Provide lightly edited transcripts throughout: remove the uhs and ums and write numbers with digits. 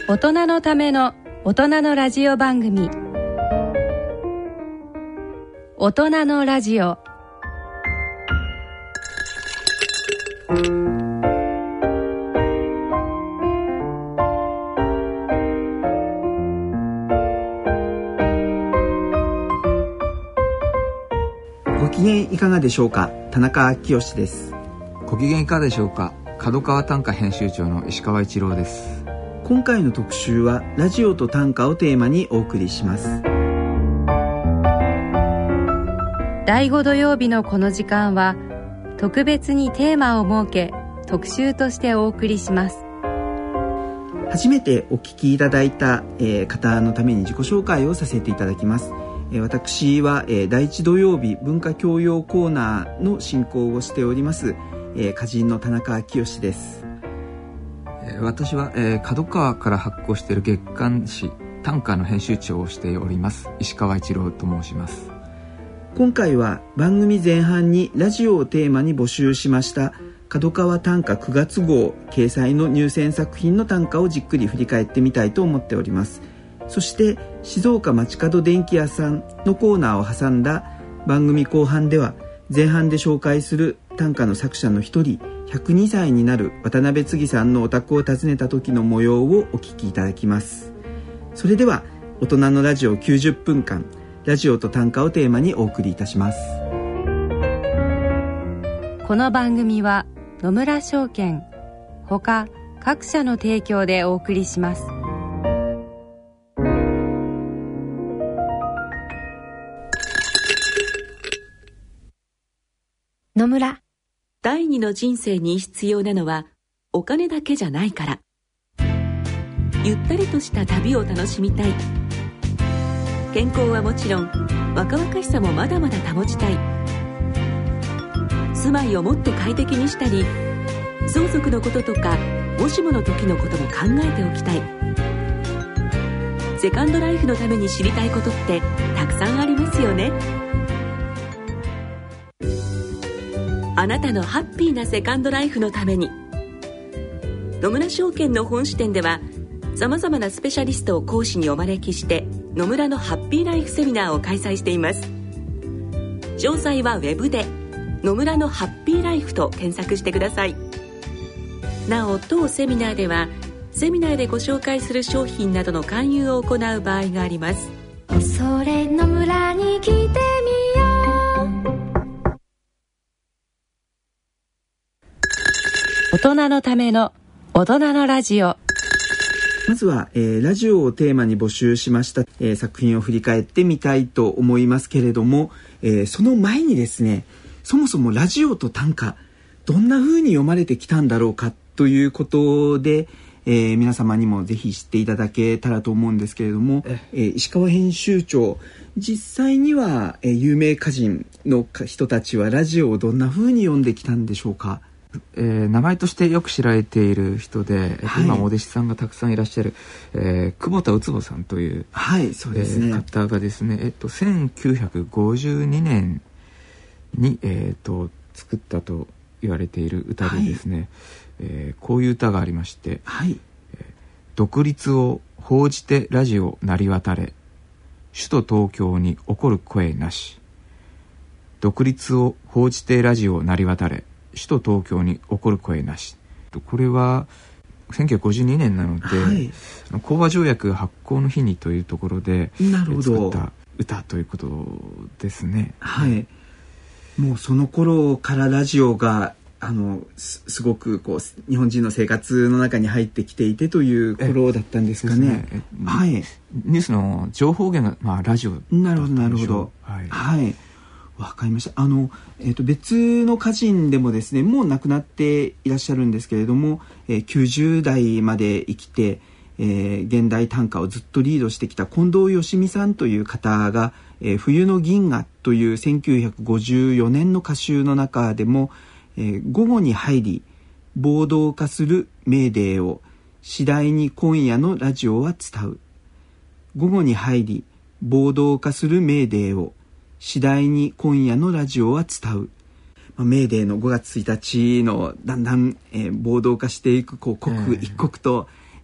大人のための大人のラジオ番組、大人のラジオ。 ご機嫌いかがでしょうか。田中清です。 ご機嫌いかがでしょうか。角川短歌編集長の石川一郎です。 今回の特集はラジオと短歌をテーマにお送りします。 第5土曜日のこの時間は特別にテーマを設け特集としてお送りします。 初めてお聞きいただいた、方のために自己紹介をさせていただきます。私は、第1土曜日文化教養コーナーの進行をしております、歌人の田中清です。 私は、角川から発行している月刊誌短歌の編集長をしております石川一郎と申します。 今回は番組前半にラジオをテーマに募集しました角川短歌9月号掲載の入選作品の短歌をじっくり振り返ってみたいと思っております。そして静岡街角電気屋さんのコーナーを挟んだ番組後半では前半で紹介する短歌の作者の一人102歳になる渡辺次さんのお宅を訪ねた時の模様をお聞きいただきます。それでは大人のラジオ90分間、ラジオと短歌をテーマにお送りいたします。 この番組は野村証券ほか各社の提供でお送りします。 野村、 第二の人生に必要なのはお金だけじゃないから。ゆったりとした旅を楽しみたい。健康はもちろん若々しさもまだまだ保ちたい。住まいをもっと快適にしたり、相続のこととかもしもの時のことも考えておきたい。セカンドライフのために知りたいことってたくさんありますよね。あなたのハッピーなセカンドライフのために、野村証券の本支店ではさまざまなスペシャリストを講師にお招きして野村のハッピーライフセミナーを開催しています。詳細はウェブで野村のハッピーライフと検索してください。なお当セミナーではセミナーでご紹介する商品などの勧誘を行う場合があります。 それ野村に来てみよう。 大人のための大人のラジオ。 まずは、ラジオをテーマに募集しました、作品を振り返ってみたいと思いますけれども、その前にですね、そもそもラジオと短歌どんな風に読まれてきたんだろうかということで、皆様にもぜひ知っていただけたらと思うんですけれども、石川編集長、実際には、有名歌人の人たちはラジオをどんな風に読んできたんでしょうか。 名前としてよく知られている人で、今お弟子さんがたくさんいらっしゃる、久保田うつぼさんという、 そうですね、 方がですね、1952年に、作ったと言われている歌でですね、こういう歌がありまして、独立を報じてラジオ鳴り渡れ、首都東京に起こる声なし。独立を報じてラジオ鳴り渡れ、首都東京に起こる声なし。これは1952年なので、講和条約発行の日にというところで作った歌ということですね。 もうその頃からラジオがすごくこう日本人の生活の中に入ってきていてという頃だったんですかね。 ニュースの情報源が、ラジオだったんでしょう。 なるほど。わかりました。別の歌人でもですね、もう亡くなっていらっしゃるんですけれども、90代まで生きて、現代短歌をずっとリードしてきた近藤芳美さんという方が、冬の銀河という1954年の歌集の中でも、午後に入り暴動化するメーデーを次第に今夜のラジオは伝う。午後に入り暴動化するメーデーを次第に今夜のラジオは伝う。メーデーの5月1日のだんだん、暴動化していく刻一刻と、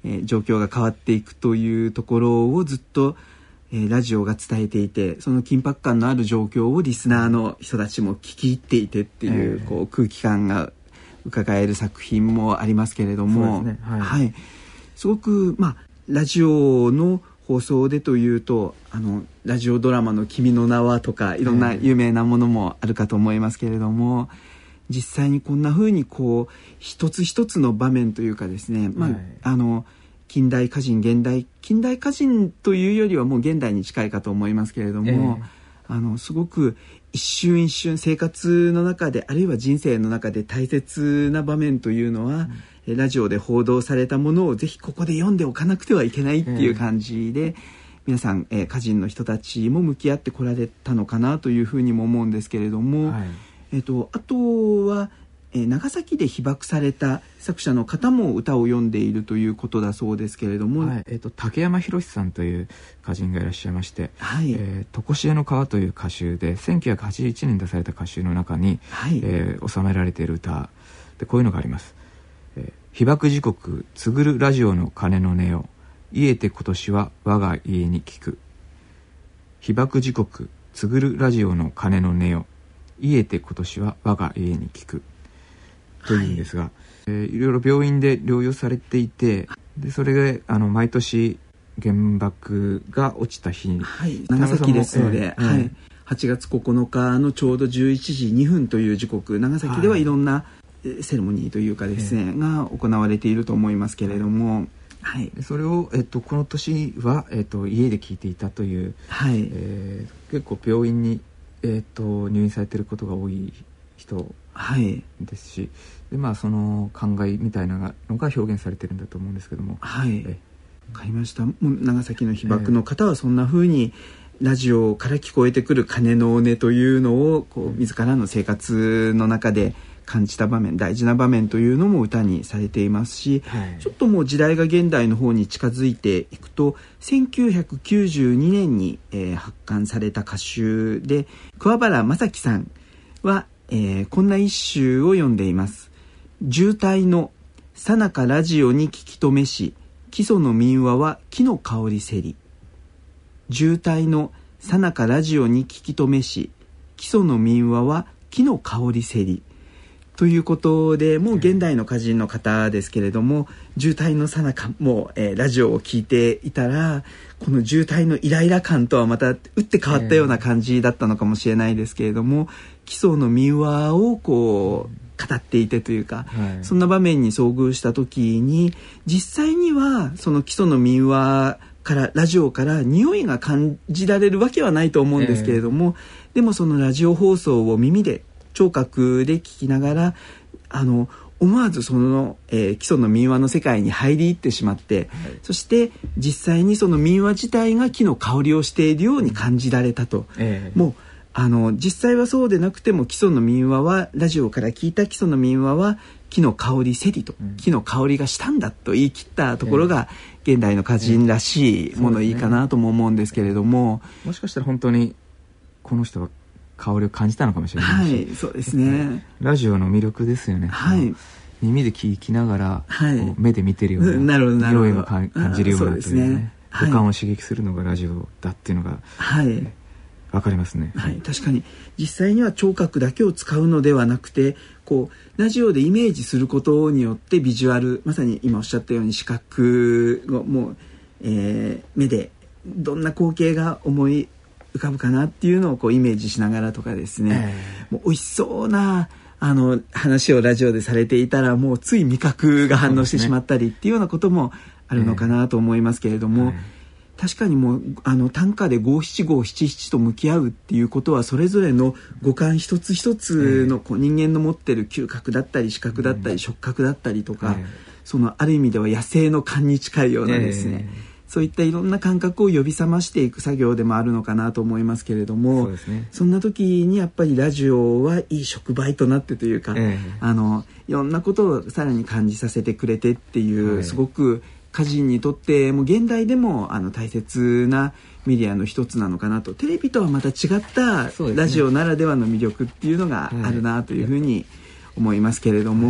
状況が変わっていくというところをずっと、ラジオが伝えていて、その緊迫感のある状況をリスナーの人たちも聞き入っていてっていう、こう空気感が伺える作品もありますけれども、すごく、ラジオの放送でというとラジオドラマの君の名はとかいろんな有名なものもあるかと思いますけれども、実際にこんな風にこう一つ一つの場面というかですね、近代歌人近代歌人というよりはもう現代に近いかと思いますけれども、すごく一瞬一瞬生活の中であるいは人生の中で大切な場面というのは、ラジオで報道されたものをぜひここで読んでおかなくてはいけないっていう感じで、皆さん、歌人の人たちも向き合ってこられたのかなというふうにも思うんですけれども、あとは長崎で被爆された作者の方も歌を読んでいるということだそうですけれども、 竹山宏さんという歌人がいらっしゃいまして、とこしえの川という歌集で1981年出された歌集の中に、収められている歌でこういうのがあります。被爆時刻つぐるラジオの鐘の音よ、癒えて今年は我が家に聞く。被爆時刻つぐるラジオの鐘の音よ、癒えて今年は我が家に聞くというんですが、いろいろ病院で療養されていて、でそれが毎年原爆が落ちた日に、 長崎ですので、8月9日のちょうど11時2分という時刻、長崎ではいろんなセレモニーというかですね、が行われていると思いますけれども、 それを、この年は、家で聞いていたという、結構病院に、入院されていることが多い人ですし、でその考えみたいなのが表現されてるんだと思うんですけども、 わかりました。もう長崎の被爆の方はそんな風にラジオから聞こえてくる鐘の音というのをこう自らの生活の中で感じた場面、大事な場面というのも歌にされていますし、ちょっともう時代が現代の方に近づいていくと、1992年に、発刊された歌集で桑原正樹さんは、こんな一首を読んでいます。渋滞のさなかラジオに聞き止めし、基礎の民話は木の香りせり。渋滞のさなかラジオに聞き止めし、基礎の民話は木の香りせり。ということで、もう現代の歌人の方ですけれども、渋滞の最中も、ラジオを聞いていたら、この渋滞のイライラ感とはまた打って変わったような感じだったのかもしれないですけれども、基礎の民話をこう語っていてというか、そんな場面に遭遇した時に、実際にはその基礎の民話からラジオから匂いが感じられるわけはないと思うんですけれども、でもそのラジオ放送を耳で聴覚で聞きながら思わずその、基礎の民話の世界に入り入ってしまって、そして実際にその民話自体が木の香りをしているように感じられたと、もう実際はそうでなくても基礎の民話はラジオから聞いた基礎の民話は木の香りせりと、木の香りがしたんだと言い切ったところが現代の歌人らしいものいいかなとも思うんですけれども、 もしかしたら本当にこの人は香りを感じたのかもしれないし、 そうですね、 ラジオの魅力ですよね。耳で聞きながら、目で見てるような、匂いも感じるようなというね、五感を刺激するのがラジオだっていうのが、わかりますね。 確かに実際には聴覚だけを使うのではなくて、こうラジオでイメージすることによってビジュアル、まさに今おっしゃったように視覚をもう、目でどんな光景が思い浮かぶかなっていうのをこうイメージしながらとかですね、もう美味しそうな話をラジオでされていたら、もうつい味覚が反応してしまったりっていうようなこともあるのかなと思いますけれども、確かにもう短歌で五七五七七と向き合うっていうことは、それぞれの五感一つ一つのこう人間の持ってる嗅覚だったり視覚だったり触覚だったりとか、そのある意味では野生の感に近いようなですね、そういったいろんな感覚を呼び覚ましていく作業でもあるのかなと思いますけれども、そんな時にやっぱりラジオはいい触媒となってというか、いろんなことをさらに感じさせてくれてっていう、すごく歌人にとっても現代でも大切なメディアの一つなのかなと。テレビとはまた違ったラジオならではの魅力っていうのがあるなというふうに思いますけれども、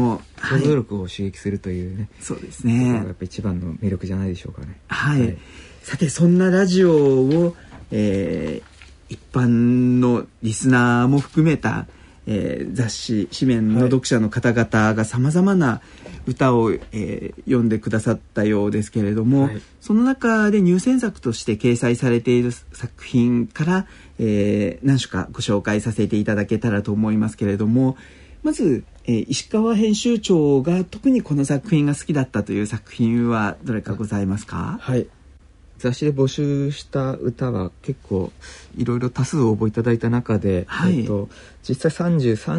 想像力を刺激するというね、 そうですね、 やっぱり一番の魅力じゃないでしょうかね。 はい、さてそんなラジオを、一般のリスナーも含めた、雑誌紙面の読者の方々がさまざまな歌を、読んでくださったようですけれども、その中で入選作として掲載されている作品から、何種かご紹介させていただけたらと思いますけれども、まず、石川編集長が特にこの作品が好きだったという作品はどれかございますか？ はい、雑誌で募集した歌は結構いろいろ多数応募いただいた中で、実際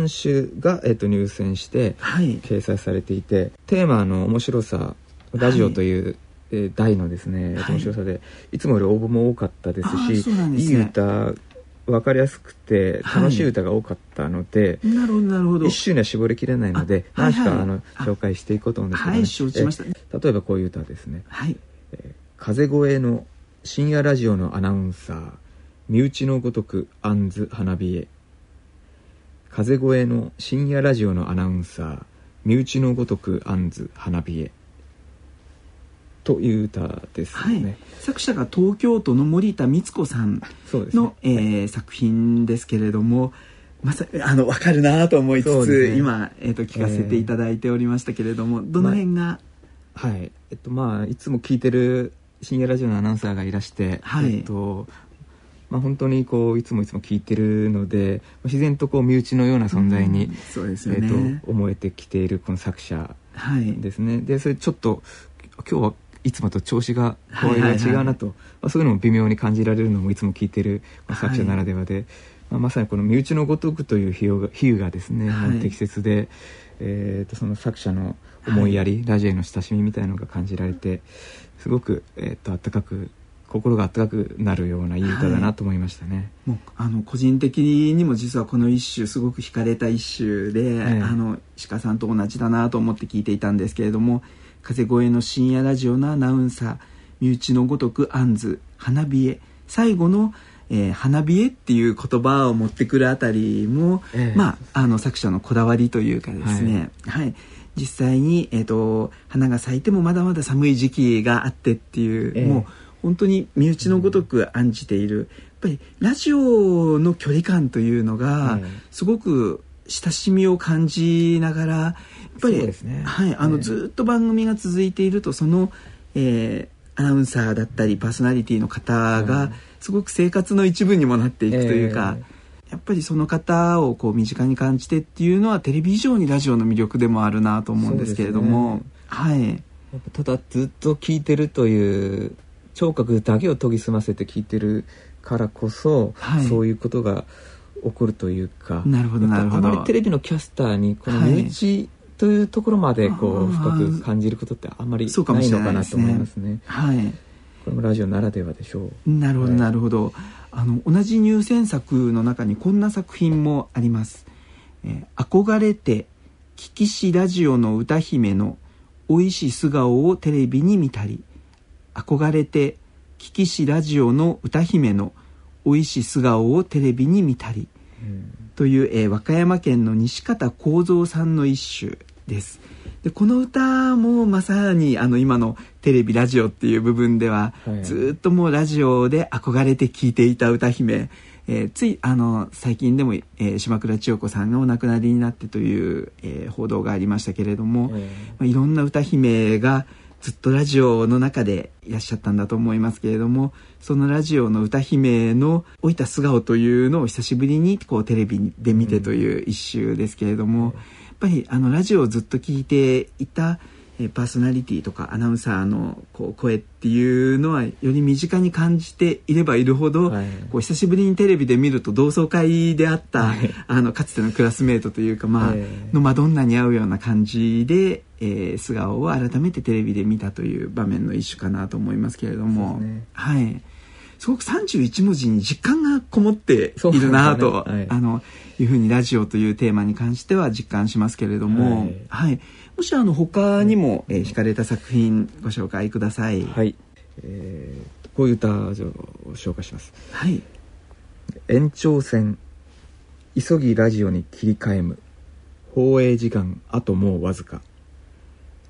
33首が、入選して掲載されていて、テーマの面白さ、ラジオという、題のですね、面白さでいつもより応募も多かったですし、いい歌、分かりやすくて楽しい歌が多かったので、 なるほど、 一首には絞りきれないので何しか紹介していこうと思うんですけど、 承知しました。 例えばこういう歌ですね。風越えの深夜ラジオのアナウンサー、身内のごとく杏ず花冷え。風越えの深夜ラジオのアナウンサー、身内のごとく杏ず花冷えという歌ですね。 作者が東京都の森田光子さんの、作品ですけれども、まさ分かるなと思いつつ、今、聞かせていただいておりましたけれども、どの辺が、 いつも聞いてる深夜ラジオのアナウンサーがいらして、本当にこういつも聞いてるので、自然とこう身内のような存在に、思えてきているこの作者ですね。でそれちょっと今日はいつもと調子が声が違うなと、そういうのも微妙に感じられるのもいつも聞いてる作者ならではで、まさにこの身内のごとくという比喩がですね、適切で、その作者の思いやり、ラジオへの親しみみたいなのが感じられて、すごく、温かく心が温かくなるようないい歌だなと思いましたね。 もう個人的にも実はこの一首すごく惹かれた一首で、石川さんと同じだなと思って聞いていたんですけれども、風越えの深夜ラジオのアナウンサー、身内のごとく杏ず花冷え、最後の、花冷えっていう言葉を持ってくるあたりも、作者のこだわりというかですね、実際に、花が咲いてもまだまだ寒い時期があってっていう、もう本当に身内のごとく案じている、やっぱりラジオの距離感というのがすごく親しみを感じながら、やっぱり、ずっと番組が続いていると、その、アナウンサーだったりパーソナリティの方がすごく生活の一部にもなっていくというか、やっぱりその方をこう身近に感じてっていうのはテレビ以上にラジオの魅力でもあるなと思うんですけれども、 ただずっと聞いてるという聴覚だけを研ぎ澄ませて聞いてるからこそ、そういうことが起こるというか、 なるほど。 あまりテレビのキャスターにこの身内というところまでこう深く感じることってあんまりないのかなと思いますね。これもラジオならではでしょう。 なるほど。同じ入選作の中にこんな作品もあります。憧れて聞きしラジオの歌姫のおいしい素顔をテレビに見たり、憧れて聞きしラジオの歌姫のおいしい素顔をテレビに見たり、という、和歌山県の西方幸三さんの一首です。でこの歌もまさに今のテレビラジオっていう部分では、ずっともうラジオで憧れて聴いていた歌姫、つい最近でも、島倉千代子さんがお亡くなりになってという、報道がありましたけれども、いろんな歌姫がずっとラジオの中でいらっしゃったんだと思いますけれども、そのラジオの歌姫の老いた素顔というのを久しぶりにこうテレビで見てという一首ですけれども、やっぱりラジオをずっと聞いていたパーソナリティとかアナウンサーのこう声っていうのはより身近に感じていればいるほど、こう久しぶりにテレビで見ると同窓会であった、かつてのクラスメートというか、のマドンナに合うような感じで、素顔を改めてテレビで見たという場面の一種かなと思いますけれども、すごく31文字に実感がこもっているなと、いうふうにラジオというテーマに関しては実感しますけれども、もし他にも、惹かれた作品ご紹介ください。 こういう歌を紹介します。延長戦急ぎラジオに切り替えむ放映時間あともうわずか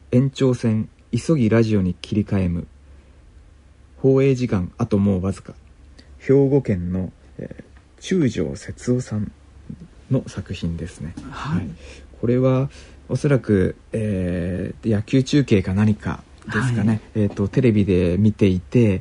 延長線急ぎラジオに切り替えむ放映時間あともうわずか、兵庫県の、中条節夫さんの作品ですね、はい、これはおそらく、野球中継か何かですかね、はい、テレビで見ていて、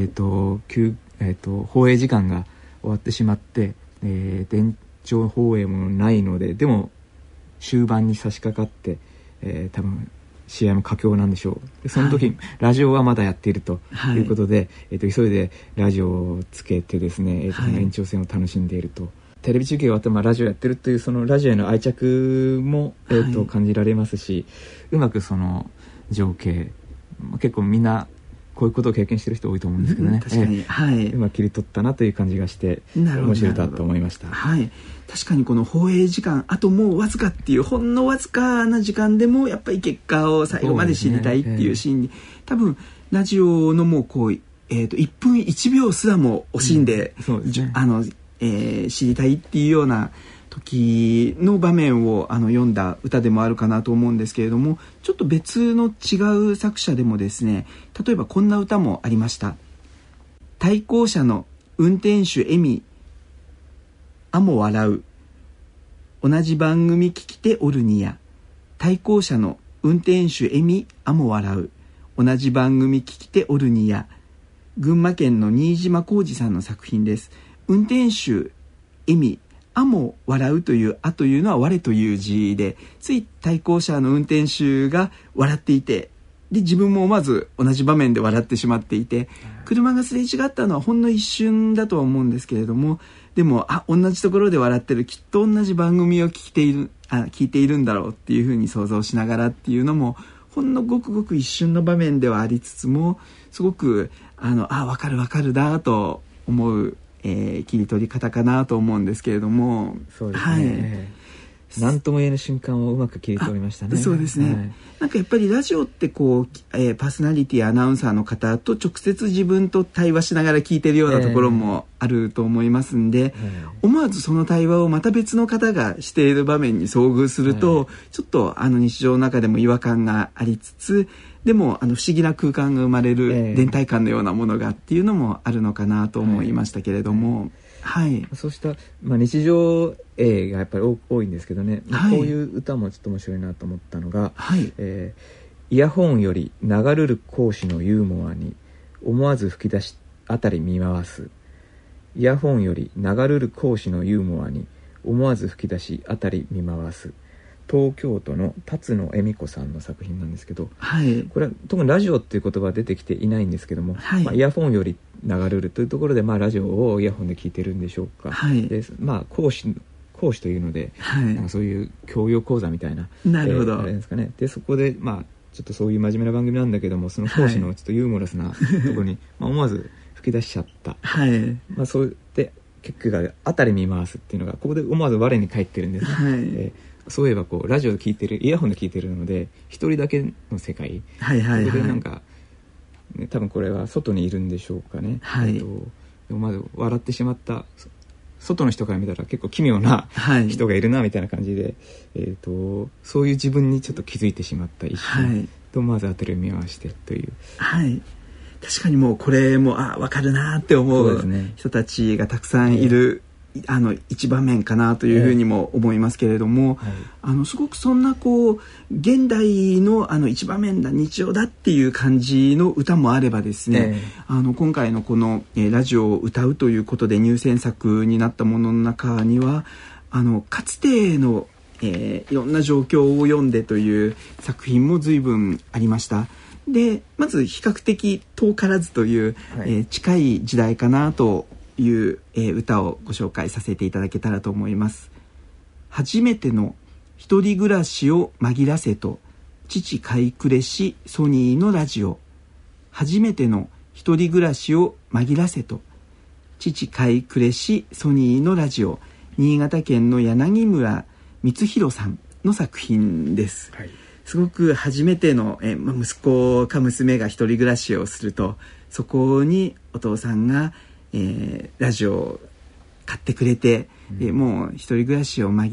放映時間が終わってしまって、電長放映もないので、でも終盤に差し掛かって、多分試合も佳境なんでしょう。でその時、はい、ラジオはまだやっているということで、急いでラジオをつけてですね、その延長戦を楽しんでいると。テレビ中継が終わって、ラジオやってるというそのラジオへの愛着も、感じられますし、うまくその情景、結構みんなこういうことを経験してる人多いと思うんですけどね、 確かに、はい、 うまく切り取ったなという感じがして面白い歌と思いました。 はい、確かにこの放映時間あともうわずかっていうほんのわずかな時間でもやっぱり結果を最後まで知りたいっていうシーンに、多分ラジオのもうこう、1分1秒すらも惜しんで、知りたいっていうような時の場面を読んだ歌でもあるかなと思うんですけれども、ちょっと別の違う作者でもですね、例えばこんな歌もありました。対向車の運転手笑みあも笑う、同じ番組聞きておるにや。対向車の運転手笑みあも笑う、同じ番組聞きておるにや。群馬県の新島浩二さんの作品です。運転手笑みあも笑うというあというのは我という字で、つい対向車の運転手が笑っていて、で自分も思わず同じ場面で笑ってしまっていて、車がすれ違ったのはほんの一瞬だとは思うんですけれども、でも同じところで笑ってる、きっと同じ番組を聞いているんだろうっていうふうに想像しながらっていうのも、ほんのごくごく一瞬の場面ではありつつも、すごく分かる分かるだと思う切り取り方かなと思うんですけれども、 そうですね、何とも言えぬ瞬間をうまく切り取りましたね。 そうですね、はい、なんかやっぱりラジオってこう、パーソナリティアナウンサーの方と直接自分と対話しながら聞いてるようなところもあると思いますんで、思わずその対話をまた別の方がしている場面に遭遇すると、ちょっと日常の中でも違和感がありつつ、でも不思議な空間が生まれる連帯感のようなものがっていうのもあるのかなと思いましたけれども、はい、 そうした、日常がやっぱり多いんですけどね、はい、こういう歌もちょっと面白いなと思ったのが、はい、イヤホンより流るる講師のユーモアに思わず吹き出しあたり見回す。イヤホンより流るる講師のユーモアに思わず吹き出しあたり見回す。東京都の辰野恵美子さんの作品なんですけど、はい、これは特にラジオっていう言葉は出てきていないんですけども、はい、イヤホンより流れるというところで、ラジオをイヤホンで聞いてるんでしょうか、はい、で講師というので、はい、なんかそういう教養講座みたいな、 なるほど、 あれですかね。でそこでちょっとそういう真面目な番組なんだけども、その講師のちょっとユーモラスなところに、思わず吹き出しちゃった、はい、そうで結句があたり見回すっていうのがここで思わず我に返ってるんですね、はい。そういえばラジオで聞いてる、イヤホンで聞いてるので一人だけの世界、はいはいはい、でなんか、多分これは外にいるんでしょうかね、はい、でもまず笑ってしまった、外の人から見たら結構奇妙な人がいるなみたいな感じで、そういう自分にちょっと気づいてしまった一瞬と、まず当たりを見回してという、 はい、確かにもうこれも分かるなって思う人たちがたくさんいる、一場面かなというふうにも思いますけれども、すごくそんな現代の一場面だ、日常だっていう感じの歌もあればですね、今回のこの、ラジオを歌うということで入選作になったものの中にはかつての、いろんな状況を読んでという作品も随分ありました。でまず比較的遠からずという、近い時代かなという、歌をご紹介させていただけたらと思います。初めての一人暮らしを紛らせと父買いくれしソニーのラジオ。初めての一人暮らしを紛らせと父買いくれしソニーのラジオ。新潟県の柳村光弘さんの作品です、はい。すごく初めての、息子か娘が一人暮らしをすると、そこにお父さんがラジオを買ってくれて、もう一人暮らしを紛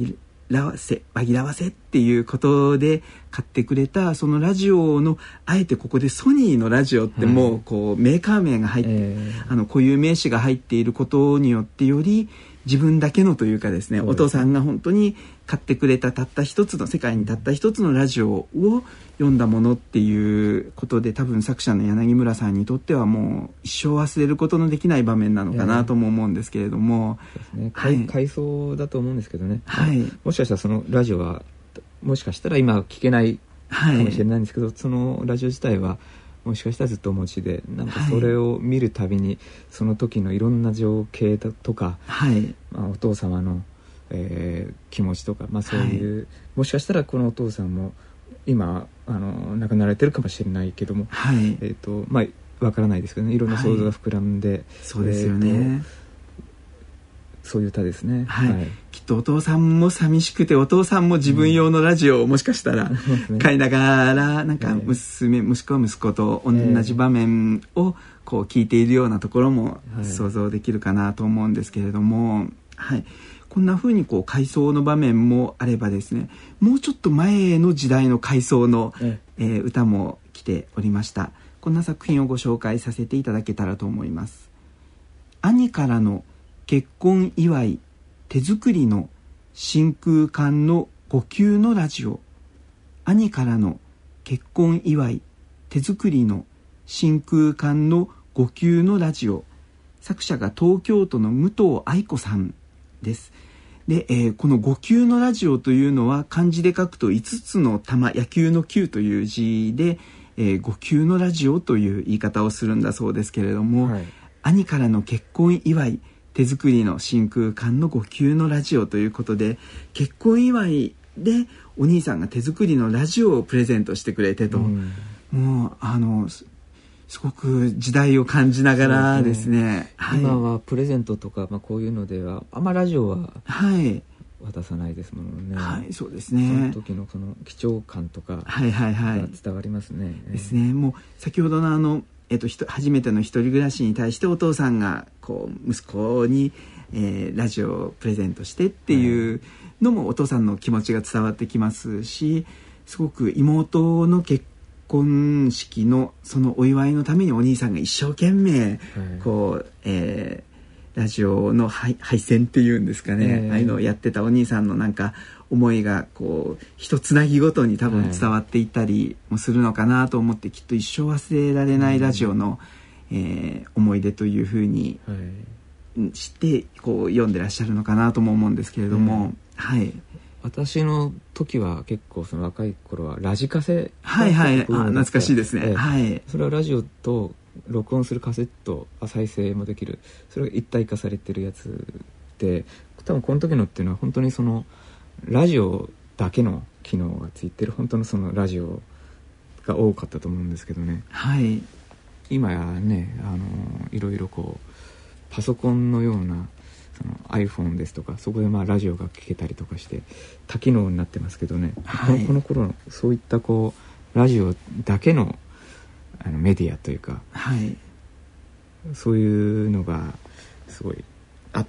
紛らわせっていうことで買ってくれたそのラジオの、あえてここでソニーのラジオってもうこうメーカー名が入って、固有名詞が入っていることによってより自分だけのというかですね、お父さんが本当に買ってくれたたった一つの、世界にたった一つのラジオを読んだものっていうことで、多分作者の柳村さんにとってはもう一生忘れることのできない場面なのかなとも思うんですけれども、 回想だと思うんですけどね、もしかしたらそのラジオはもしかしたら今聞けないかもしれないんですけど、そのラジオ自体はもしかしたらずっとお持ちで、なんかそれを見るたびにその時のいろんな情景とか、お父様の、気持ちとか、そういう、もしかしたらこのお父さんも今亡くなられてるかもしれないけども、わからないですけどね、いろんな想像が膨らんで、 そうですよね、 そういう歌ですね、 きっとお父さんも寂しくて、お父さんも自分用のラジオをもしかしたら買いながら、なんか娘、もしくは息子と同じ場面をこう聞いているようなところも想像できるかなと思うんですけれども、こんな風にこう回想の場面もあればですね、もうちょっと前の時代の回想の、歌も来ておりました。こんな作品をご紹介させていただけたらと思います。兄からの結婚祝い手作りの真空管の5級のラジオ。兄からの結婚祝い手作りの真空管の5級のラジオ。作者が東京都の武藤愛子さんです。で、この5級のラジオというのは漢字で書くと5つの玉、野球の球という字で、5級のラジオという言い方をするんだそうですけれども、兄からの結婚祝い手作りの真空管の5級のラジオということで、結婚祝いでお兄さんが手作りのラジオをプレゼントしてくれてと、もうすごく時代を感じながらですね、 今はプレゼントとか、こういうのではあんまラジオは渡さないですものね。 そうですね。 その時のその貴重感とかが伝わりますね。 ですね。もう先ほどの初めての一人暮らしに対してお父さんがこう息子に、ラジオをプレゼントしてっていうのもお父さんの気持ちが伝わってきますし、すごく妹の結婚式のそのお祝いのためにお兄さんが一生懸命こう、ラジオの配線っていうんですかね、ああいうのをやってたお兄さんのなんか思いがこう一つなぎごとに多分伝わっていったりもするのかなと思って、きっと一生忘れられないラジオの、思い出というふうにしてこう読んでらっしゃるのかなとも思うんですけれども、 私の時は結構その若い頃はラジカセ、 懐かしいですね、 それはラジオと録音するカセット再生もできる、それが一体化されてるやつで、多分この時のっていうのは本当にそのラジオだけの機能がついてる本当のそのラジオが多かったと思うんですけどね、今やねいろいろこうパソコンのようなその iPhone ですとか、そこでラジオが聴けたりとかして多機能になってますけどね、この頃のそういったこうラジオだけのメディアというか、そういうのがすごいあって、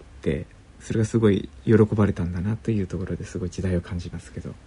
それがすごい喜ばれたんだなというところですごい時代を感じますけど、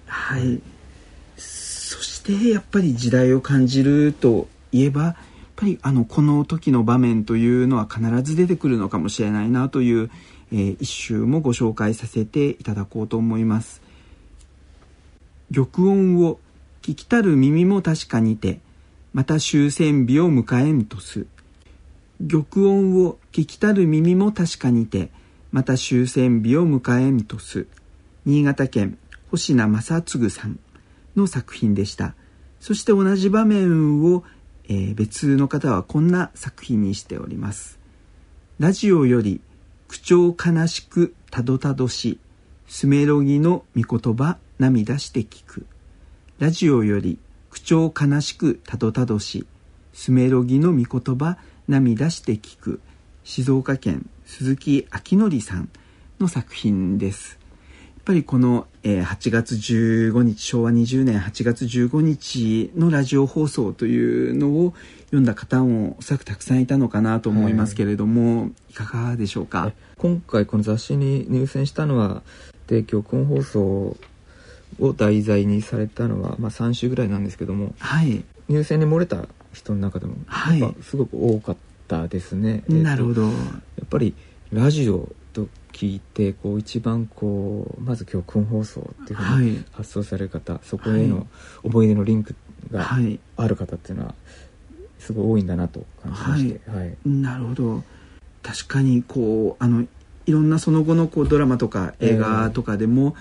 そしてやっぱり時代を感じるといえば、やっぱりこの時の場面というのは必ず出てくるのかもしれないなという、一首もご紹介させていただこうと思います。玉音を聞きたる耳も確かにて、また終戦日を迎えんとす。玉音を聞きたる耳も確かにて、また終戦日を迎えんとす。新潟県星名正嗣さんの作品でした。そして同じ場面を、別の方はこんな作品にしております。ラジオより口調悲しくたどたどし、すめろぎの御言葉涙して聞く。ラジオより口調悲しくたどたどし、すめろぎの御言葉涙して聞く。静岡県鈴木明則さんの作品です。やっぱりこの、8月15日昭和20年8月15日のラジオ放送というのを読んだ方もおそらくたくさんいたのかなと思いますけれども、いかがでしょうか。 今回この雑誌に入選したのはで教訓放送を題材にされたのは、3週ぐらいなんですけども、 はい、 入選に漏れた人の中でもやっぱすごく多かったですね。 なるほど。 やっぱりラジオと聞いて一番まず教訓放送っていうふうに発想される方、そこへの思い出のリンクがある方っていうのはすごい多いんだなと感じまして、 なるほど。確かにいろんなその後のドラマとか映画とかでも、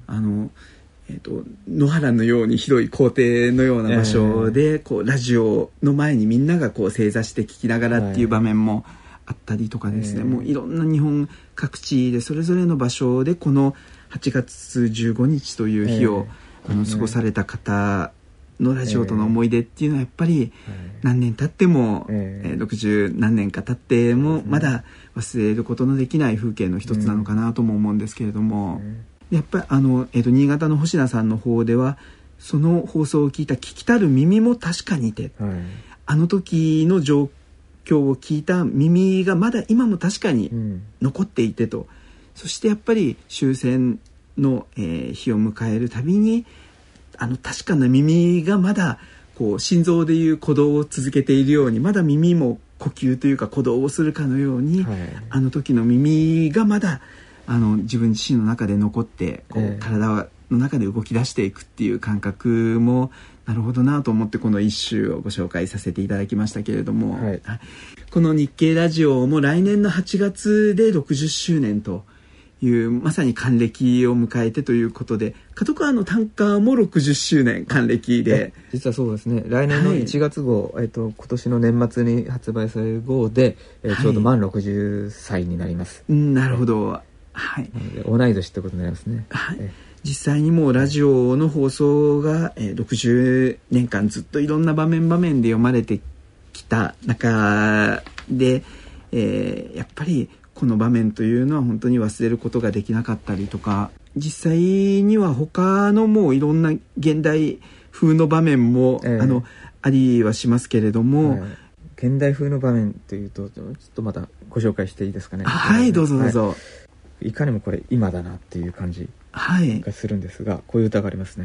野原のように広い校庭のような場所で、ラジオの前にみんなが正座して聞きながらっていう場面もあったりとかですね、もういろんな日本各地でそれぞれの場所でこの8月15日という日を、過ごされた方のラジオとの思い出っていうのはやっぱり何年経っても、60何年か経ってもまだ忘れることのできない風景の一つなのかなとも思うんですけれども、やっぱり新潟の星名さんの方ではその放送を聞いた聞きたる耳も確かにいて、あの時の状況を聞いた耳がまだ今も確かに残っていてと、そしてやっぱり終戦の、日を迎えるたびに確かな耳がまだ心臓でいう鼓動を続けているように、まだ耳も呼吸というか鼓動をするかのように、あの時の耳がまだ自分自身の中で残って体の中で動き出していくっていう感覚もなるほどなと思ってこの一首をご紹介させていただきましたけれども、この日経ラジオも来年の8月で60周年というまさに還暦を迎えてということで、角川の短歌も60周年還暦で、 実はそうですね、来年の1月号、今年の年末に発売される号で、ちょうど満60歳になります。 なるほど。 同い年ってことになりますね。 実際にもうラジオの放送が60年間ずっといろんな場面で読まれてきた中で、やっぱりこの場面というのは本当に忘れることができなかったりとか、実際には他のもういろんな現代風の場面も、ありはしますけれども、 現代風の場面というとちょっとまたご紹介していいですかね。 どうぞどうぞ。 いかにもこれ今だなっていう感じがするんですが、こういう歌がありますね。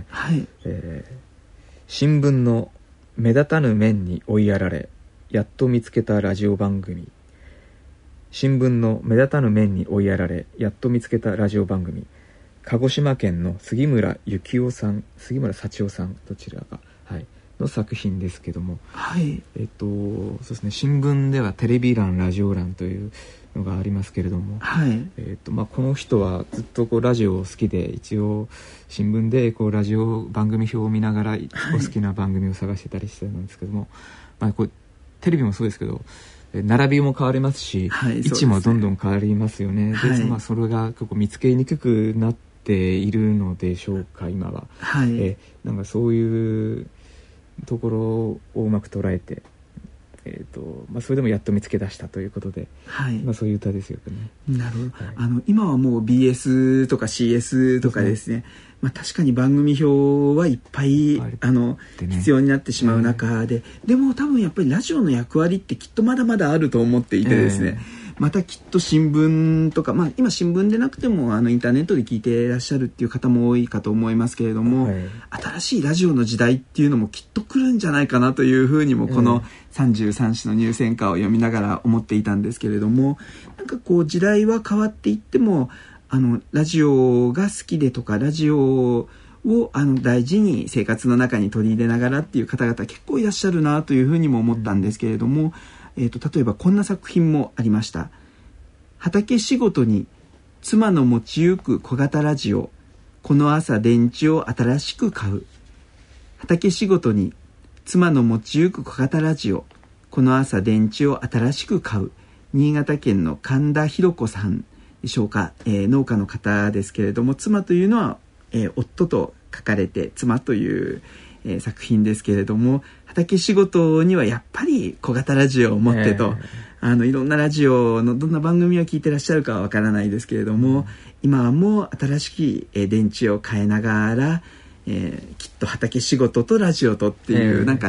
新聞の目立たぬ面に追いやられ、やっと見つけたラジオ番組。新聞の目立たぬ面に追いやられ、やっと見つけたラジオ番組。鹿児島県の杉村幸男さん、杉村幸男さん、どちらか、の作品ですけども、そうですね、新聞ではテレビ欄、ラジオ欄というのがありますけれども、この人はずっとラジオを好きで、一応新聞でラジオ番組表を見ながら好きな番組を探してたりしてるんですけども、テレビもそうですけど並びも変わりますし、位置もどんどん変わりますよね。で、それが結構見つけにくくなっているのでしょうか今は。なんかそういうところをうまく捉えて、それでもやっと見つけ出したということで、そういう歌ですよね。 なるほど。今はもう BS とか CS とかですね、確かに番組表はいっぱい必要になってしまう中で、でも多分やっぱりラジオの役割ってきっとまだまだあると思っていてですね、またきっと新聞とか、今新聞でなくてもインターネットで聞いていらっしゃるっていう方も多いかと思いますけれども、新しいラジオの時代っていうのもきっと来るんじゃないかなというふうにもこの33詩の入選歌を読みながら思っていたんですけれども、なんか時代は変わっていってもラジオが好きでとかラジオを大事に生活の中に取り入れながらっていう方々結構いらっしゃるなというふうにも思ったんですけれども、例えばこんな作品もありました。畑仕事に妻の持ちゆく小型ラジオ、この朝電池を新しく買う。畑仕事に妻の持ちゆく小型ラジオ、この朝電池を新しく買う。新潟県の神田博子さんでしょうか、農家の方ですけれども、妻というのは、夫と書かれて妻という、作品ですけれども、畑仕事にはやっぱり小型ラジオを持ってと、いろんなラジオのどんな番組を聞いてらっしゃるかはわからないですけれども、今はもう新しい電池を変えながら、きっと畑仕事とラジオとっていう、なんか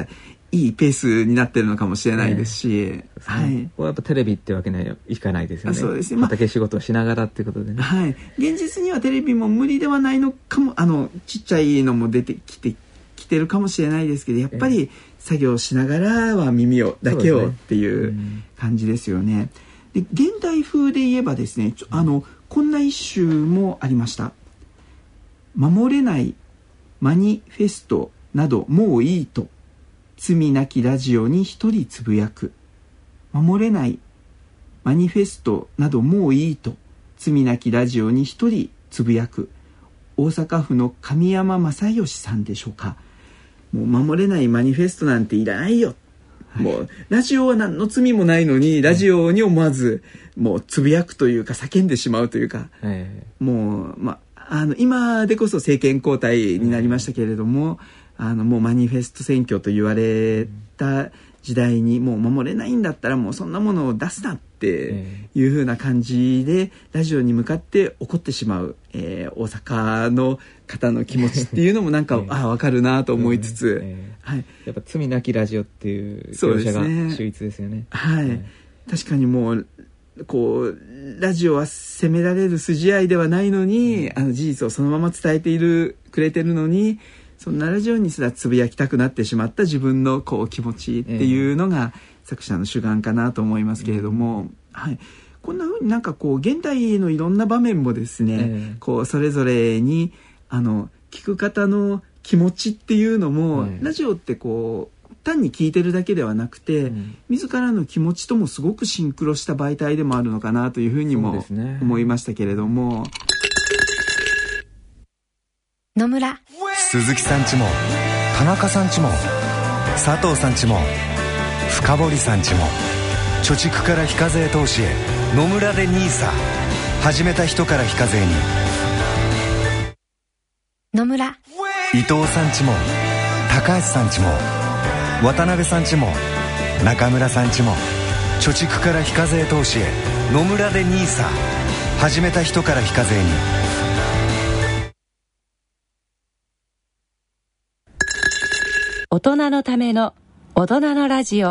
いいペースになってるのかもしれないですし、 はい、ここはやっぱテレビってわけにはいかないですよね。 そうですね、 畑仕事をしながらっていうことでね、 はい、現実にはテレビも無理ではないのかも、ちっちゃいのも出てきてるかもしれないですけど、やっぱり作業しながらは耳をだけをっていう感じですよね。で、現代風で言えばですね、こんな一首もありました。守れないマニフェストなどもういいと罪なきラジオに一人つぶやく。守れないマニフェストなどもういいと罪なきラジオに一人つぶやく。大阪府の神山正義さんでしょうか。もう守れないマニフェストなんていらないよ、はい、もうラジオは何の罪もないのにラジオに思わずもうつぶやくというか叫んでしまうというか、はい、もう、今でこそ政権交代になりましたけれども、もうマニフェスト選挙と言われた時代にもう守れないんだったらもうそんなものを出すなっていう風な感じでラジオに向かって怒ってしまう、大阪の方の気持ちっていうのもなんか分かるなと思いつつ、 はい、やっぱ罪なきラジオっていう描写が秀逸ですよね。 はい、確かにもうこうラジオは責められる筋合いではないのに、事実をそのまま伝えてくれてるのに、そんなラジオにすらつぶやきたくなってしまった自分のこう気持ちっていうのが作者の主眼かなと思いますけれども、はい、こんな風になんかこう現代のいろんな場面もですね、こうそれぞれに聞く方の気持ちっていうのも、ラジオってこう単に聞いてるだけではなくて、自らの気持ちともすごくシンクロした媒体でもあるのかなというふうにも思いましたけれども、 野村鈴木さんちも田中さんちも佐藤さんちも深堀さんちも貯蓄から非課税投資へ野村で NISA 始めた人から非課税に野村。 伊藤さんちも高橋さんちも渡辺さんちも中村さんちも貯蓄から非課税投資へ野村で NISA 始めた人から非課税に。 大人のための大人のラジオ。 あ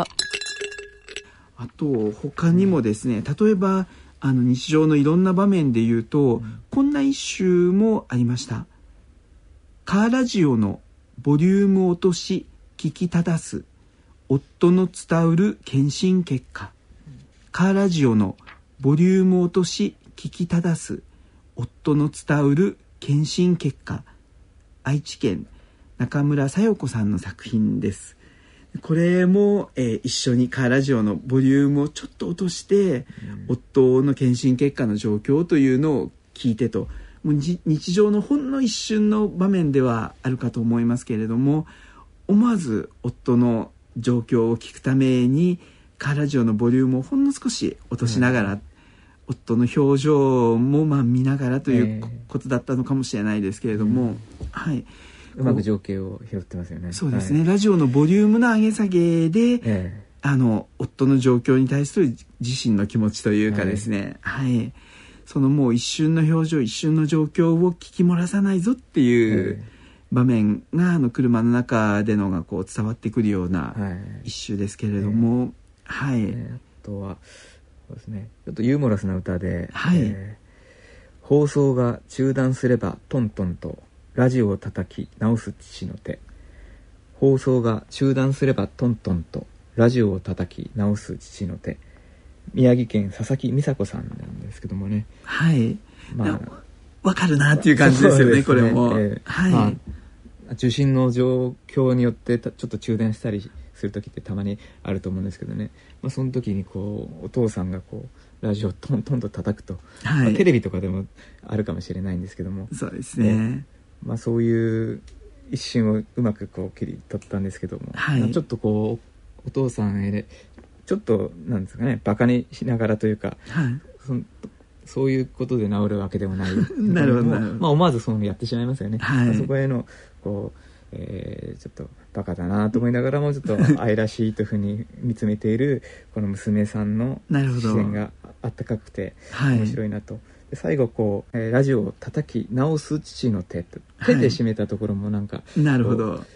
と他にもですね、例えば日常のいろんな場面で言うと、こんな一首もありました。カーラジオのボリューム落とし聞き正す夫の伝うる検診結果。カーラジオのボリューム落とし聞き正す夫の伝うる検診結果。愛知県中村小夜子さんの作品です。これも、一緒にカーラジオのボリュームをちょっと落として、夫の検診結果の状況というのを聞いてと、もう日常のほんの一瞬の場面ではあるかと思いますけれども、思わず夫の状況を聞くためにカーラジオのボリュームをほんの少し落としながら、夫の表情も見ながらということだったのかもしれないですけれども、はい、 うまく情景を拾ってますよね。 そうですね、はい、ラジオのボリュームの上げ下げで、夫の状況に対する自身の気持ちというかですね、はい、そのもう一瞬の表情、一瞬の状況を聞き漏らさないぞっていう場面が車の中でのがこう伝わってくるような一首ですけれども、はい、 あとはそうですね、ちょっとユーモラスな歌で、 はい、 放送が中断すればトントンとラジオを叩き直す父の手。放送が中断すればトントンとラジオを叩き直す父の手。宮城県佐々木美佐子さんなんですけどもね、 はい、わかるなっていう感じですよね、これも、 はい、受信の状況によってちょっと中断したりする時ってたまにあると思うんですけどね、その時にこうお父さんがこうラジオをトントンと叩くと、はい、テレビとかでもあるかもしれないんですけども、 そうですね、 そういう一瞬をうまくこう切り取ったんですけども、はい、ちょっとこうお父さんへちょっとなんですかね、バカにしながらというか、はい、そういうことで治るわけでもないなるほど、 思わずそうやってしまいますよね、はい、そこへのこう、ちょっとバカだなと思いながらもちょっと愛らしいというふうに見つめているこの娘さんの視線があったかくて面白いなと、はい、で最後こう、ラジオを叩き直す父の手と手で締めたところもなんか、 なるほど、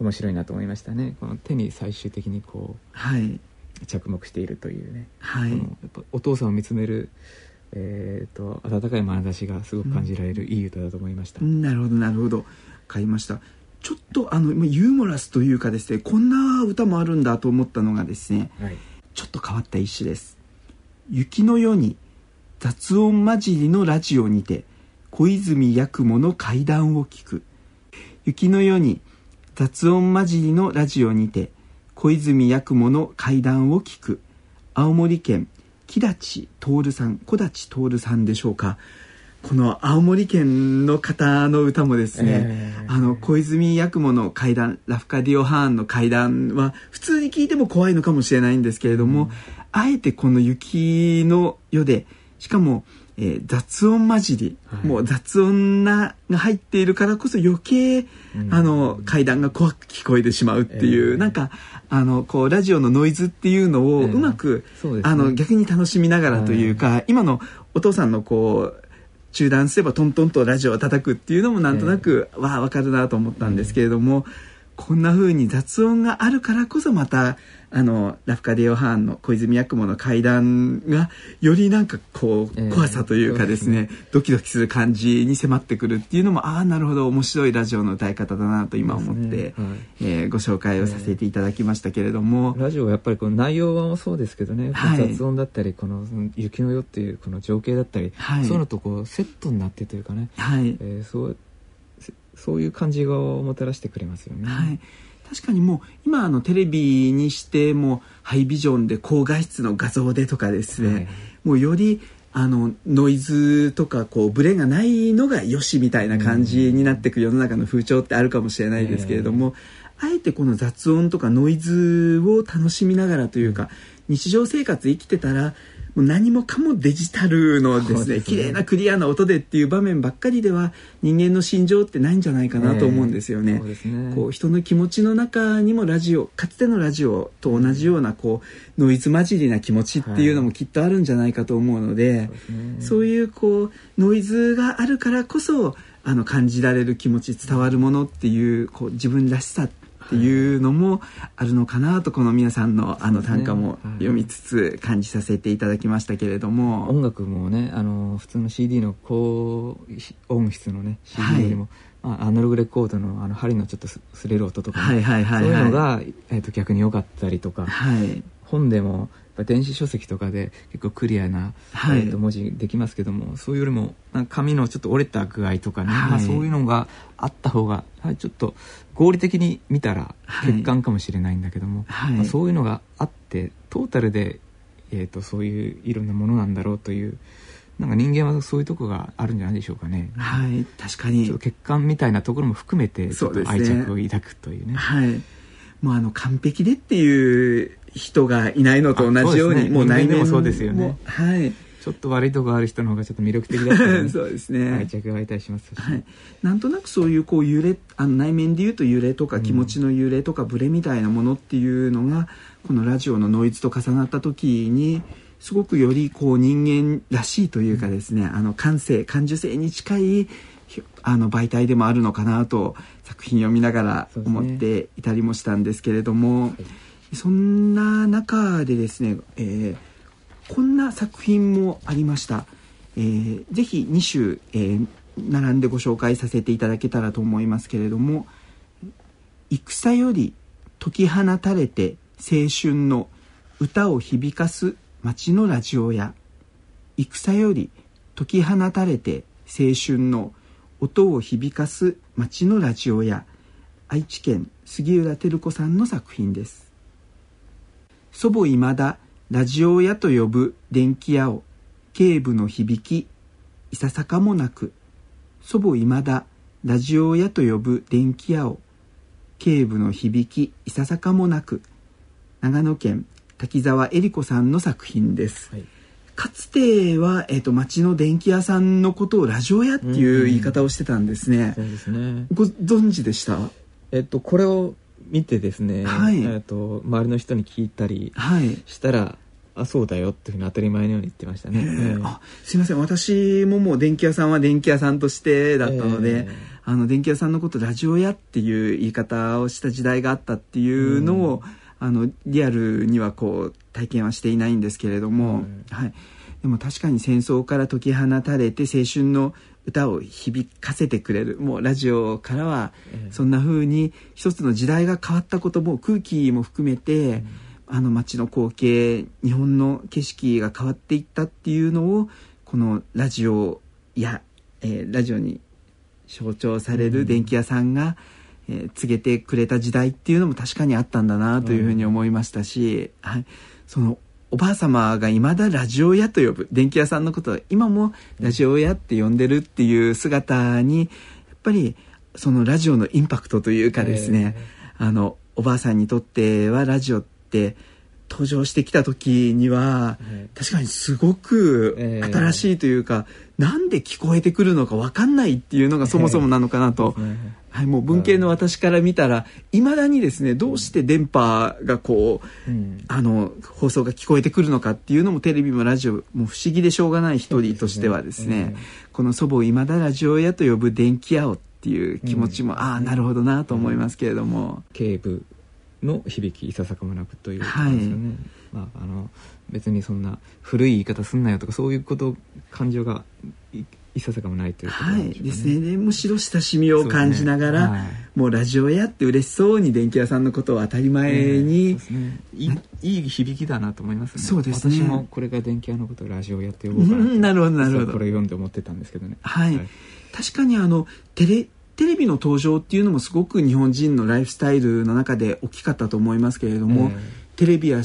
面白いなと思いましたね。この手に最終的にこう、はい、着目しているというね、はい、このやっぱお父さんを見つめる、温かい眼差しがすごく感じられる、いい歌だと思いました。 なるほどなるほど、分かりました。ちょっとユーモラスというかですね、こんな歌もあるんだと思ったのがですね、はい、ちょっと変わった一首です。雪の夜に雑音混じりのラジオにて小泉八雲の怪談を聞く。雪の夜に雑音混じりのラジオにて小泉八雲の怪談を聞く。青森県木立徹さん、小立徹さんでしょうか。この青森県の方の歌もですね、小泉八雲の怪談、ラフカディオ・ハーンの怪談は普通に聞いても怖いのかもしれないんですけれども、あえてこの雪の夜で、しかも、雑音混じり、もう雑音が入っているからこそ余計、怪談が怖く聞こえてしまうっていう、なんかこうラジオのノイズっていうのをうまく、逆に楽しみながらというか、今のお父さんのこう中断すればトントンとラジオを叩くっていうのもなんとなくわかるなと思ったんですけれども、こんな風に雑音があるからこそまたラフカディオ・ハーンの小泉八雲の怪談がよりなんかこう怖さというかですね、ドキドキする感じに迫ってくるっていうのも、なるほど面白いラジオの歌い方だなと今思って、ご紹介をさせていただきましたけれども、 ラジオはやっぱりこの内容もそうですけどね、雑音だったりこの雪の夜っていうこの情景だったり、そういうのとこうセットになってというかね、そういう感じをもたらしてくれますよね。 確かにもう今テレビにしてもハイビジョンで高画質の画像でとかですね、もうよりノイズとかこうブレがないのがよしみたいな感じになっていく世の中の風潮ってあるかもしれないですけれども、あえてこの雑音とかノイズを楽しみながらというか、日常生活生きてたらもう何もかもデジタルのですね、綺麗なクリアな音でっていう場面ばっかりでは人間の心情ってないんじゃないかなと思うんですよね。こう人の気持ちの中にもラジオ、かつてのラジオと同じようなこうノイズ混じりな気持ちっていうのもきっとあるんじゃないかと思うので、そういうこうノイズがあるからこそ感じられる気持ち、伝わるものっていう、こう自分らしさっていうのもあるのかなと、この皆さんの短歌も読みつつ感じさせていただきましたけれども、 音楽もね普通の CD の高音質のね CD よりも、アナログレコードの針のちょっと擦れる音とか、そういうのが、逆に良かったりとか、本でも電子書籍とかで結構クリアな、文字できますけども、そういうよりも紙のちょっと折れた具合とかね、そういうのがあった方がちょっと合理的に見たら欠陥かもしれないんだけども、そういうのがあってトータルで、そういういろんなものなんだろうという、なんか人間はそういうとこがあるんじゃないでしょうかね。 確かにちょっと欠陥みたいなところも含めてちょっと愛着を抱くというね。 もう完璧でっていう人がいないのと同じように、もう内面もそうですよね。ちょっと悪いところある人の方がちょっと魅力的だったら、 そうですね、 愛着が湧いたりしますし、 なんとなくそういうこう揺れ、内面でいうと揺れとか気持ちの揺れとかブレみたいなものっていうのが、このラジオのノイズと重なった時にすごくよりこう人間らしいというかですね、感受性に近い媒体でもあるのかなと作品読みながら思っていたりもしたんですけれども、そんな中でですね、こんな作品もありました。ぜひ2首、並んでご紹介させていただけたらと思いますけれども、戦より解き放たれて青春の歌を響かす街のラジオ屋、戦より解き放たれて青春の音を響かす街のラジオ屋、愛知県杉浦照子さんの作品です。祖母いまだラジオ屋と呼ぶ電気屋を警部の響きいささかもなく、祖母いまだラジオ屋と呼ぶ電気屋を警部の響きいささかもなく、長野県滝沢恵里子さんの作品です。かつては、町の電気屋さんのことをラジオ屋っていう言い方をしてたんですね。 そうですね。 ご存知でした？ これを見てですね、周りの人に聞いたりしたら、そうだよっていうふうに当たり前のように言ってましたね。 すいません、私ももう電気屋さんは電気屋さんとしてだったので、 電気屋さんのことラジオ屋っていう言い方をした時代があったっていうのを、リアルにはこう体験はしていないんですけれども、はい、でも確かに戦争から解き放たれて青春の歌を響かせてくれる、もうラジオからはそんな風に一つの時代が変わったことも空気も含めて、街の光景、日本の景色が変わっていったっていうのをこのラジオや、ラジオに象徴される電気屋さんが、告げてくれた時代っていうのも確かにあったんだなというふうに思いましたし、はい、そのおばあ様が未だラジオ屋と呼ぶ電気屋さんのことを今もラジオ屋って呼んでるっていう姿にやっぱりそのラジオのインパクトというかですね、おばあさんにとってはラジオって登場してきた時には確かにすごく新しいというか、なんで聞こえてくるのか分かんないっていうのがそもそもなのかなと、はい、もう文系の私から見たら未だにですね、どうして電波がこう、放送が聞こえてくるのかっていうのもテレビもラジオも不思議でしょうがない一人としてはですね、この祖母を未だラジオ屋と呼ぶ電気屋をっていう気持ちも、なるほどなと思いますけれども、 警部の響きいささかもなくということですよね、はい、別にそんな古い言い方すんなよとかそういうこと感情がいささかもないということなんでしょうね。はいですね。むしろ親しみを感じながら、もうラジオ屋って嬉しそうに電気屋さんのことを当たり前に、いい響きだなと思いますね。そうですね。私もこれが電気屋のことをラジオ屋って呼ぼうかなって、なるほどなるほど、これ読んで思ってたんですけどね。はい、確かにテレビの登場っていうのもすごく日本人のライフスタイルの中で大きかったと思いますけれども、テレビや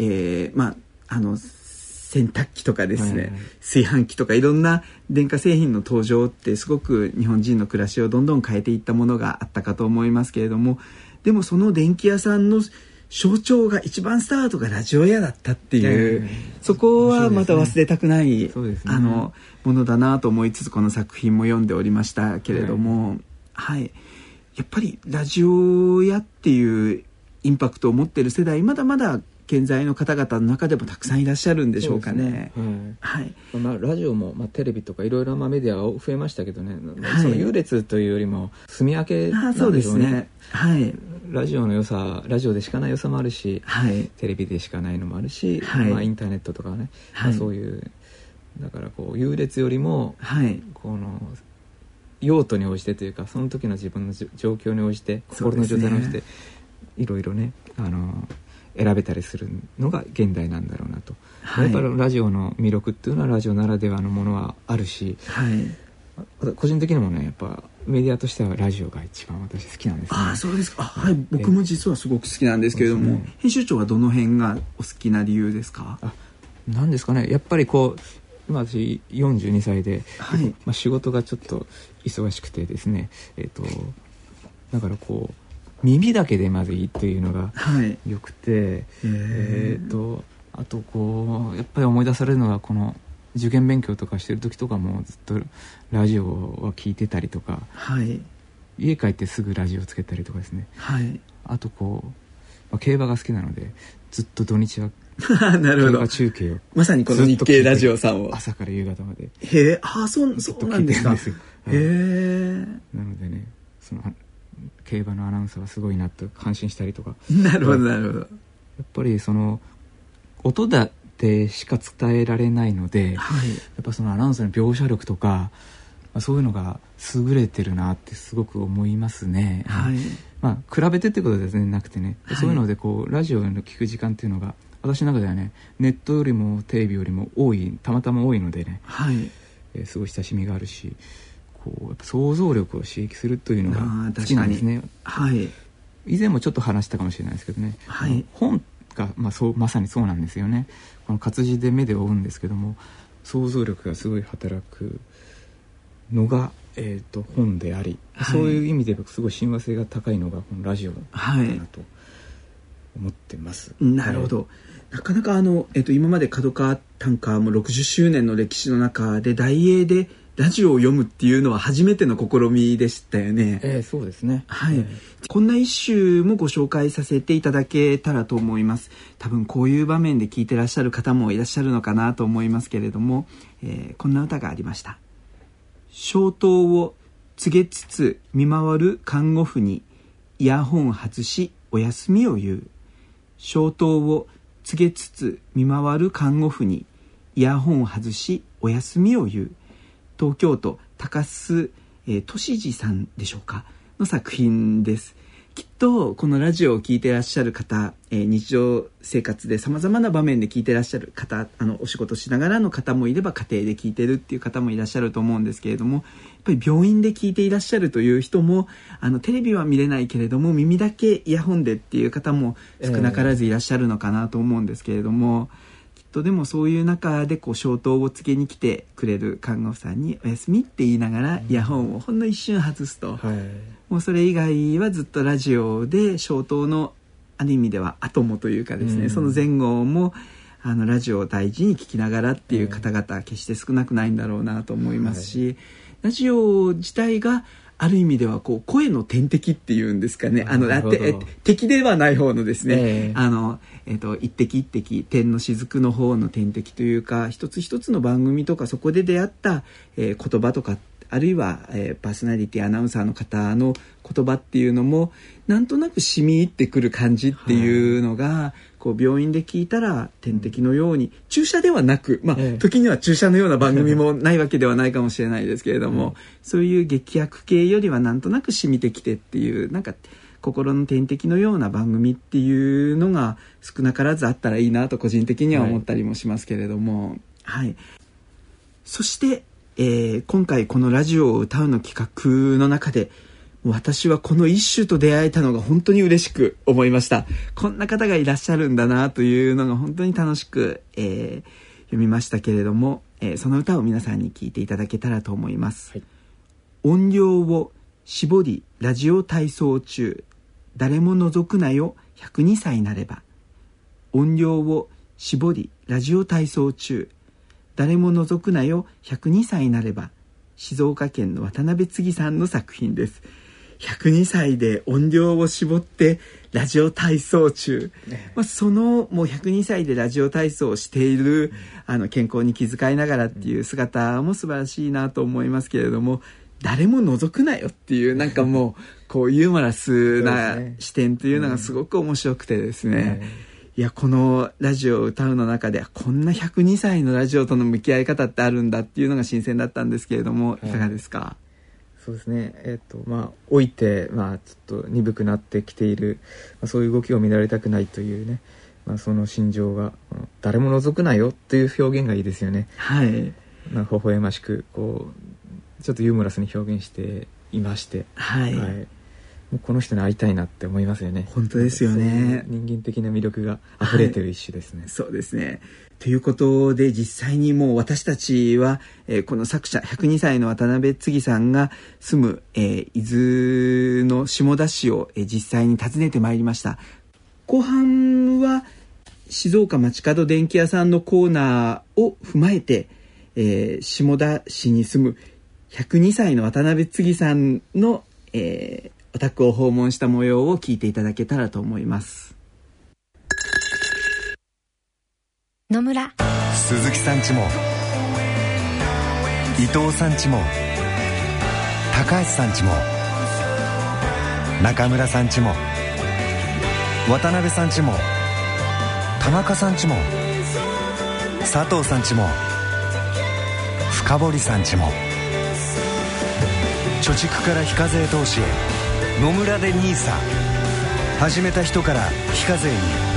洗濯機とかですね、炊飯器とかいろんな電化製品の登場ってすごく日本人の暮らしをどんどん変えていったものがあったかと思いますけれども、でもその電気屋さんの象徴が一番スタートがラジオ屋だったっていう、そこはまた忘れたくない、ものだなと思いつつこの作品も読んでおりましたけれども、はい、やっぱりラジオ屋っていうインパクトを持っている世代まだまだ現在の方々の中でもたくさんいらっしゃるんでしょうかね。はい、ラジオも、テレビとかいろいろなメディアが増えましたけどね、その優劣というよりも住み分けなんでしょうね。そうですね。はい、ラジオの良さ、ラジオでしかない良さもあるし、テレビでしかないのもあるし、インターネットとかね、そういうだからこう優劣よりも、この用途に応じてというかその時の自分の状況に応じて、心の状態に応じていろいろね選べたりするのが現代なんだろうなと、やっぱりラジオの魅力っていうのはラジオならではのものはあるし、個人的にもねやっぱメディアとしてはラジオが一番私好きなんですね。そうですか。はい、僕も実はすごく好きなんですけれども、編集長はどの辺がお好きな理由ですか？なんですかね、やっぱりこう今私42歳で、仕事がちょっと忙しくてですね、だからこう耳だけでまずいいというのがよくて、あとこうやっぱり思い出されるのがこの受験勉強とかしてる時とかもずっとラジオは聞いてたりとか、家帰ってすぐラジオつけたりとかですね、あとこう、競馬が好きなのでずっと土日はなるほど、競馬中継をまさにこの日経ラジオさんを朝から夕方までそうなんですか。なのでね、その競馬のアナウンサーはすごいなと感心したりとか。なるほどなるほど。やっぱりその音だってしか伝えられないので、やっぱそのアナウンサーの描写力とか、そういうのが優れてるなってすごく思いますね。比べてってことは全然なくてね、そういうのでこうラジオの聞く時間っていうのが私の中ではね、ネットよりもテレビよりもたまたま多いのでね、すごい親しみがあるし、こうやっぱ想像力を刺激するというのが好きなんですね。以前もちょっと話したかもしれないですけどね、本が、まさにそうなんですよね。この活字で目で追うんですけども、想像力がすごい働くのが、本であり、そういう意味ですごい親和性が高いのがこのラジオだなと思ってます。なるほど。なかなか今まで角川短歌も60周年の歴史の中で題詠でラジオを読むっていうのは初めての試みでしたよね。そうですね。こんな一首もご紹介させていただけたらと思います。多分こういう場面で聞いてらっしゃる方もいらっしゃるのかなと思いますけれども、こんな歌がありました。小刀を告げつつ見回る看護婦にイヤホン外しお休みを言う。消灯を告げつつ見回る看護婦にイヤホン外しお休みを言う。東京都高須俊二さんでしょうかの作品です。きっとこのラジオを聞いていらっしゃる方、日常生活でさまざまな場面で聞いていらっしゃる方、お仕事しながらの方もいれば家庭で聞いてるっていう方もいらっしゃると思うんですけれども、やっぱり病院で聞いていらっしゃるという人もテレビは見れないけれども耳だけイヤホンでっていう方も少なからずいらっしゃるのかなと思うんですけれども、でもそういう中で消灯をつけに来てくれる看護婦さんにおやすみって言いながらイヤホンをほんの一瞬外すと、もうそれ以外はずっとラジオで消灯のある意味では後もというかですね、その前後もラジオを大事に聞きながらっていう方々決して少なくないんだろうなと思いますし、ラジオ自体がある意味では声の点滴っていうんですかね、敵ではない方のですね、一滴一滴点の雫の方の点滴というか、一つ一つの番組とかそこで出会った、言葉とか、あるいは、パーソナリティアナウンサーの方の言葉っていうのもなんとなく染み入ってくる感じっていうのが、病院で聞いたら点滴のように、注射ではなく、時には注射のような番組もないわけではないかもしれないですけれども、そういう劇薬系よりはなんとなく染みてきてっていう、なんか心の点滴のような番組っていうのが少なからずあったらいいなと個人的には思ったりもしますけれども、そして、今回このラジオを歌うの企画の中で私はこの一首と出会えたのが本当に嬉しく思いました。こんな方がいらっしゃるんだなというのが本当に楽しく、読みましたけれども、その歌を皆さんに聴いていただけたらと思います。音量を絞りラジオ体操中、誰も覗くなよ102歳なれば。音量を絞りラジオ体操中、誰も覗くなよ102歳なれば。静岡県の渡辺次さんの作品です。102歳で音量を絞ってラジオ体操中、そのもう102歳でラジオ体操をしている健康に気遣いながらっていう姿も素晴らしいなと思いますけれども、誰も覗くなよっていうなんかもうユーモラスな視点というのがすごく面白くてですね、いやこのラジオを歌うの中でこんな102歳のラジオとの向き合い方ってあるんだっていうのが新鮮だったんですけれども、いかがですか？ そうですね、老いて、ちょっと鈍くなってきている、そういう動きを見られたくないというね、その心情が誰も覗くなよという表現がいいですよね。微笑ましくちょっとユーモラスに表現していまして、もうこの人に会いたいなって思いますよね。 本当ですよね。 人間的な魅力が溢れてる一種ですね。 そうですね。ということで実際にもう私たちは、この作者102歳の渡辺次さんが住む、伊豆の下田市を、実際に訪ねてまいりました。後半は静岡街角電気屋さんのコーナーを踏まえて、下田市に住む102歳の渡辺次さんの、お宅を訪問した模様を聞いていただけたらと思います。 野村、 鈴木さんちも伊藤さんちも高橋さんちも中村さんちも渡辺さんちも田中さんちも佐藤さんちも深堀さんちも、貯蓄から非課税投資へ野村でNISA、始めた人から非課税に